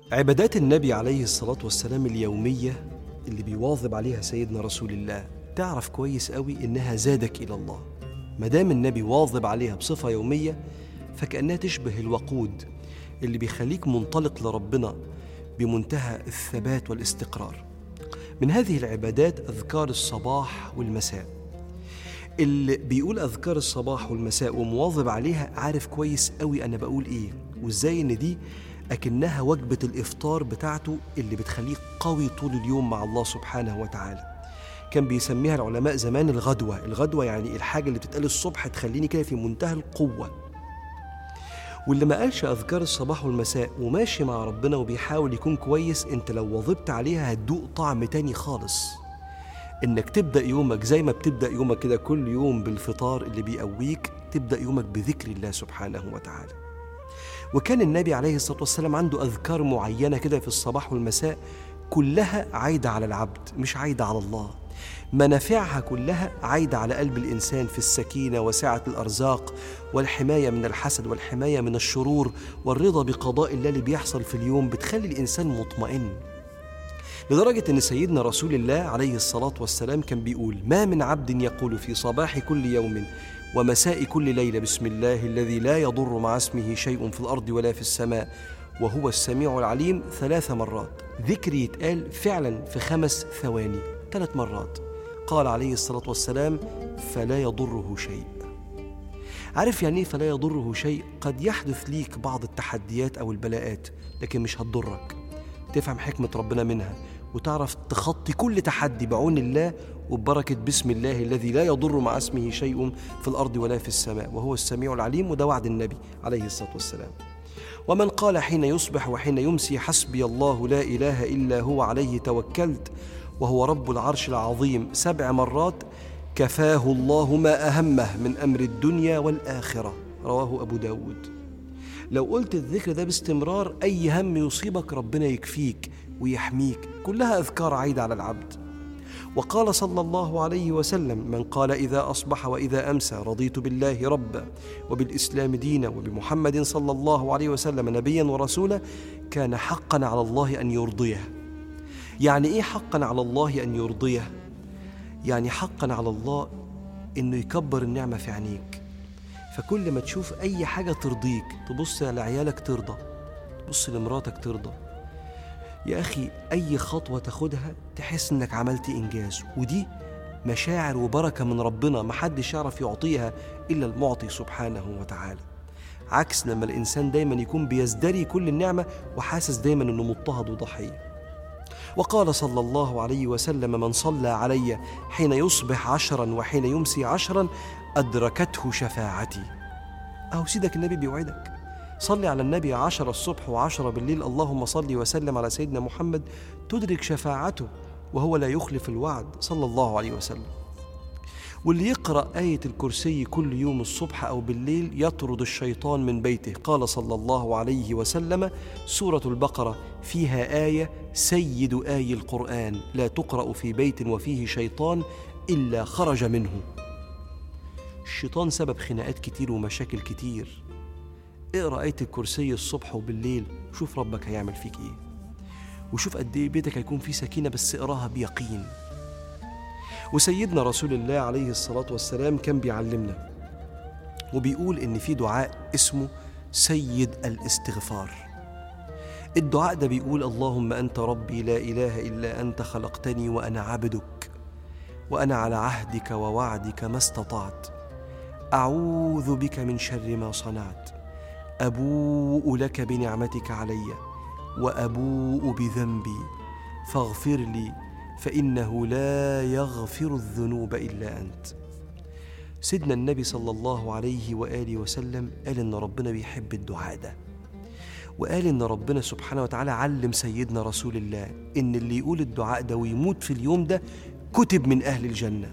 عبادات النبي عليه الصلاة والسلام اليومية اللي بيواظب عليها سيدنا رسول الله، تعرف كويس قوي إنها زادك إلى الله. مدام النبي واظب عليها بصفة يومية فكأنها تشبه الوقود اللي بيخليك منطلق لربنا بمنتهى الثبات والاستقرار. من هذه العبادات أذكار الصباح والمساء. اللي بيقول أذكار الصباح والمساء ومواظب عليها عارف كويس قوي أنا بقول إيه وإزاي إن دي أكنها وجبة الإفطار بتاعته اللي بتخليه قوي طول اليوم مع الله سبحانه وتعالى. كان بيسميها العلماء زمان الغدوة يعني الحاجة اللي بتتقال الصبح تخليني كده في منتهى القوة. واللي ما قالش أذكار الصباح والمساء وماشي مع ربنا وبيحاول يكون كويس، انت لو واظبت عليها هتدوق طعم تاني خالص. انك تبدأ يومك زي ما بتبدأ يومك كده كل يوم بالفطار اللي بيقويك، تبدأ يومك بذكر الله سبحانه وتعالى. وكان النبي عليه الصلاة والسلام عنده أذكار معينة كده في الصباح والمساء كلها عايدة على العبد مش عايدة على الله. منافعها كلها عايدة على قلب الإنسان في السكينة وسعة الأرزاق والحماية من الحسد والحماية من الشرور والرضا بقضاء الله اللي بيحصل في اليوم، بتخلي الإنسان مطمئن. لدرجة أن سيدنا رسول الله عليه الصلاة والسلام كان بيقول: ما من عبد يقول في صباح كل يوم ومساء كل ليلة بسم الله الذي لا يضر مع اسمه شيء في الأرض ولا في السماء وهو السميع العليم 3 مرات. ذكر يتقال فعلا في 5 ثواني 3 مرات. قال عليه الصلاة والسلام: فلا يضره شيء. عارف يعني ايه فلا يضره شيء؟ قد يحدث ليك بعض التحديات أو البلاءات لكن مش هتضرك. تفهم حكمة ربنا منها وتعرف تخطي كل تحدي بعون الله وببركة بسم الله الذي لا يضر مع اسمه شيء في الأرض ولا في السماء وهو السميع العليم. وده وعد النبي عليه الصلاة والسلام. ومن قال حين يصبح وحين يمسي حسبي الله لا إله إلا هو عليه توكلت وهو رب العرش العظيم 7 مرات كفاه الله ما أهمه من أمر الدنيا والآخرة. رواه أبو داود. لو قلت الذكر ده باستمرار أي هم يصيبك ربنا يكفيك ويحميك. كلها أذكار عايدة على العبد. وقال صلى الله عليه وسلم: من قال إذا أصبح وإذا أمسى رضيت بالله ربا وبالإسلام دينا وبمحمد صلى الله عليه وسلم نبيا ورسولا كان حقا على الله أن يرضيه. يعني إيه حقا على الله أن يرضيه؟ يعني حقا على الله إنه يكبر النعمة في عينيك. فكل ما تشوف أي حاجة ترضيك، تبص لعيالك ترضى، تبص لمراتك ترضى. يا أخي أي خطوة تاخدها تحس إنك عملت إنجاز، ودي مشاعر وبركة من ربنا محدش يعرف يعطيها إلا المعطي سبحانه وتعالى. عكس لما الإنسان دايما يكون بيزدري كل النعمة وحاسس دايما إنه مضطهد وضحية. وقال صلى الله عليه وسلم: من صلى علي حين يصبح 10 وحين يمسي 10 أدركته شفاعتي. أهو سيدك النبي بيوعدك، صلي على النبي 10 الصبح و10 بالليل، اللهم صلي وسلم على سيدنا محمد، تدرك شفاعته وهو لا يخلف الوعد صلى الله عليه وسلم. واللي يقرأ آية الكرسي كل يوم الصبح أو بالليل يطرد الشيطان من بيته. قال صلى الله عليه وسلم: سورة البقرة فيها آية سيد آي القرآن لا تقرأ في بيت وفيه شيطان إلا خرج منه. الشيطان سبب خناقات كتير ومشاكل كتير. اقرأ آية الكرسي الصبح وبالليل وشوف ربك هيعمل فيك ايه، وشوف قد ايه بيتك هيكون فيه سكينة، بس اقراها بيقين. وسيدنا رسول الله عليه الصلاة والسلام كان بيعلمنا وبيقول إن في دعاء اسمه سيد الاستغفار. الدعاء ده بيقول: اللهم أنت ربي لا إله إلا أنت خلقتني وأنا عبدك وأنا على عهدك ووعدك ما استطعت، أعوذ بك من شر ما صنعت، أبوء لك بنعمتك علي وأبوء بذنبي فاغفر لي فإنه لا يغفر الذنوب إلا أنت. سيدنا النبي صلى الله عليه وآله وسلم قال إن ربنا بيحب الدعاء ده، وقال إن ربنا سبحانه وتعالى علم سيدنا رسول الله إن اللي يقول الدعاء ده ويموت في اليوم ده كتب من أهل الجنة.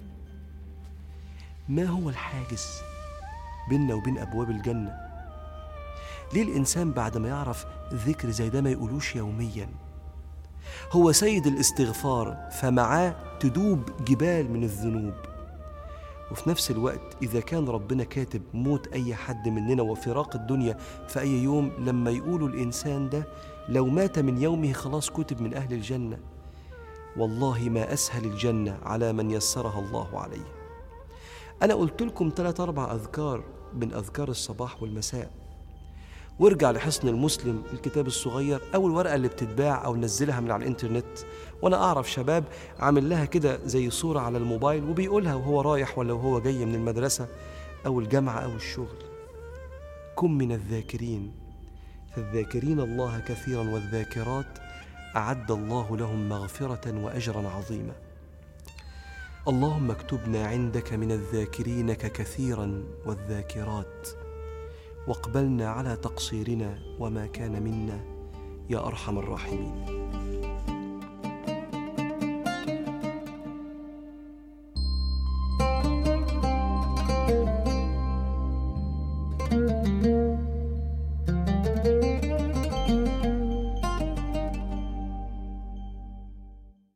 ما هو الحاجز بيننا وبين أبواب الجنة؟ ليه الإنسان بعد ما يعرف ذكر زي ده ما يقولوش يومياً؟ هو سيد الاستغفار، فمعاه تدوب جبال من الذنوب. وفي نفس الوقت إذا كان ربنا كاتب موت أي حد مننا وفراق الدنيا في أي يوم، لما يقولوا الإنسان ده لو مات من يومه خلاص كتب من أهل الجنة. والله ما أسهل الجنة على من يسرها الله عليه. أنا قلت لكم 3-4 أذكار من أذكار الصباح والمساء، وارجع لحصن المسلم الكتاب الصغير أو الورقة اللي بتتباع أو نزلها من على الإنترنت. وأنا أعرف شباب عامل لها كده زي صورة على الموبايل وبيقولها وهو رايح ولا وهو جاي من المدرسة أو الجامعة أو الشغل. كن من الذاكرين، فالذاكرين الله كثيرا والذاكرات أعد الله لهم مغفرة وأجرا عظيما. اللهم اكتبنا عندك من الذاكرينك كثيرا والذاكرات، واقبلنا على تقصيرنا وما كان منا يا أرحم الراحمين.